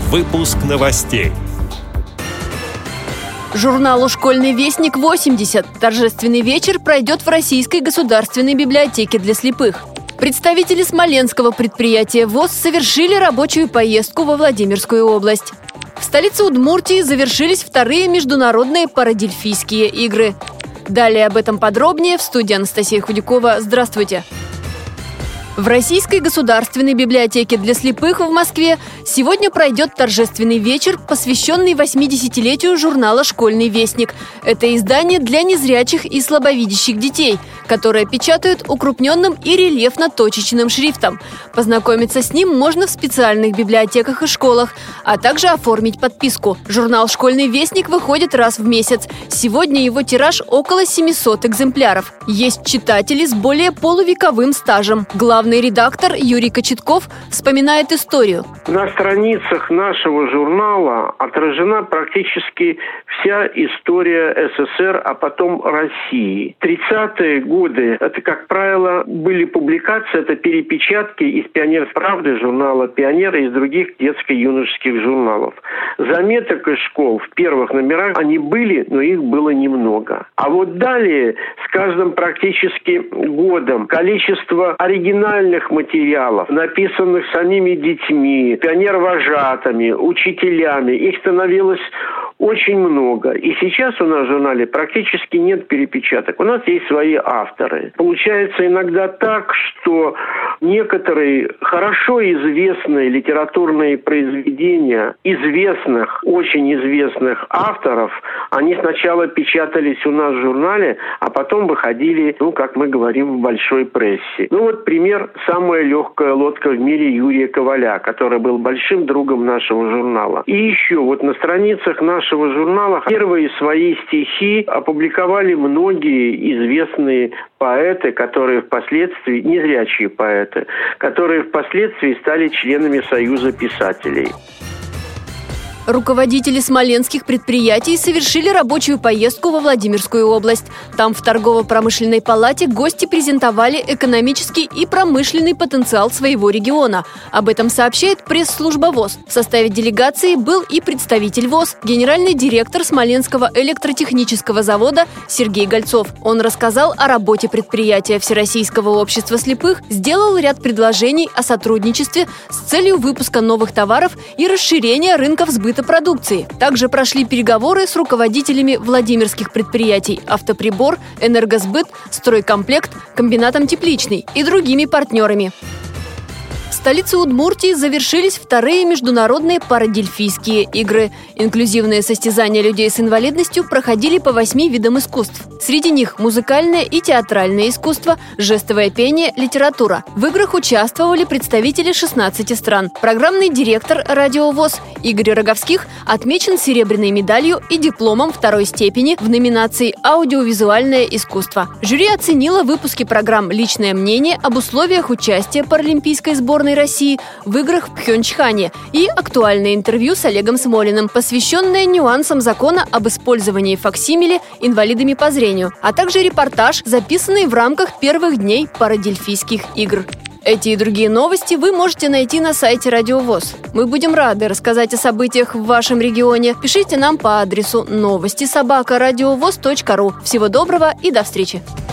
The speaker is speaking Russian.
Выпуск новостей. Журналу «Школьный вестник» 80. Торжественный вечер пройдет в Российской государственной библиотеке для слепых. Представители смоленского предприятия ВОС совершили рабочую поездку во Владимирскую область. В столице Удмуртии завершились вторые международные парадельфийские игры. Далее об этом подробнее в студии Анастасия Худякова. Здравствуйте! В Российской государственной библиотеке для слепых в Москве сегодня пройдет торжественный вечер, посвященный 80-летию журнала «Школьный вестник». Это издание для незрячих и слабовидящих детей, которое печатают укрупненным и рельефно-точечным шрифтом. Познакомиться с ним можно в специальных библиотеках и школах, а также оформить подписку. Журнал «Школьный вестник» выходит раз в месяц. Сегодня его тираж около 700 экземпляров. Есть читатели с более полувековым стажем. Главный редактор Юрий Кочетков вспоминает историю. На страницах нашего журнала отражена практически вся история СССР, а потом России. 30-е годы, это, как правило, были публикации, это перепечатки из «Пионер правды», журнала «Пионер» и из других детско-юношеских журналов. Заметок из школ в первых номерах они были, но их было немного. А вот далее, с каждым практически годом, количество оригинальных материалов, написанных самими детьми, пионер-вожатыми, учителями, их становилось очень много. И сейчас у нас в журнале практически нет перепечаток. У нас есть свои авторы. Получается иногда так, что некоторые хорошо известные литературные произведения известных, очень известных авторов, они сначала печатались у нас в журнале, а потом выходили, как мы говорим, в большой прессе. Вот пример: «Самая легкая лодка в мире» Юрия Коваля, который был большим другом нашего журнала. И еще на страницах нашего журнала первые свои стихи опубликовали многие известные поэты, которые впоследствии, незрячие поэты, которые впоследствии стали членами Союза писателей. Руководители смоленских предприятий совершили рабочую поездку во Владимирскую область. Там в торгово-промышленной палате гости презентовали экономический и промышленный потенциал своего региона. Об этом сообщает пресс-служба ВОС. В составе делегации был и представитель ВОС, генеральный директор Смоленского электротехнического завода Сергей Гольцов. Он рассказал о работе предприятия Всероссийского общества слепых, сделал ряд предложений о сотрудничестве с целью выпуска новых товаров и расширения рынков сбыта продукции. Также прошли переговоры с руководителями владимирских предприятий «Автоприбор», «Энергосбыт», «Стройкомплект», комбинатом «Тепличный» и другими партнерами. В столице Удмуртии завершились вторые международные парадельфийские игры. Инклюзивные состязания людей с инвалидностью проходили по 8 видам искусств. Среди них музыкальное и театральное искусство, жестовое пение, литература. В играх участвовали представители 16 стран. Программный директор «Радио ВОС» Игорь Роговских отмечен серебряной медалью и дипломом второй степени в номинации «Аудиовизуальное искусство». Жюри оценило выпуски программ «Личное мнение» об условиях участия паралимпийской сборной России в играх в Пхенчхане и актуальное интервью с Олегом Смолиным, посвященное нюансам закона об использовании факсимиле инвалидами по зрению, а также репортаж, записанный в рамках первых дней парадельфийских игр. Эти и другие новости вы можете найти на сайте Радио ВОС. Мы будем рады рассказать о событиях в вашем регионе. Пишите нам по адресу новости@радиовос.ру. Всего доброго и до встречи!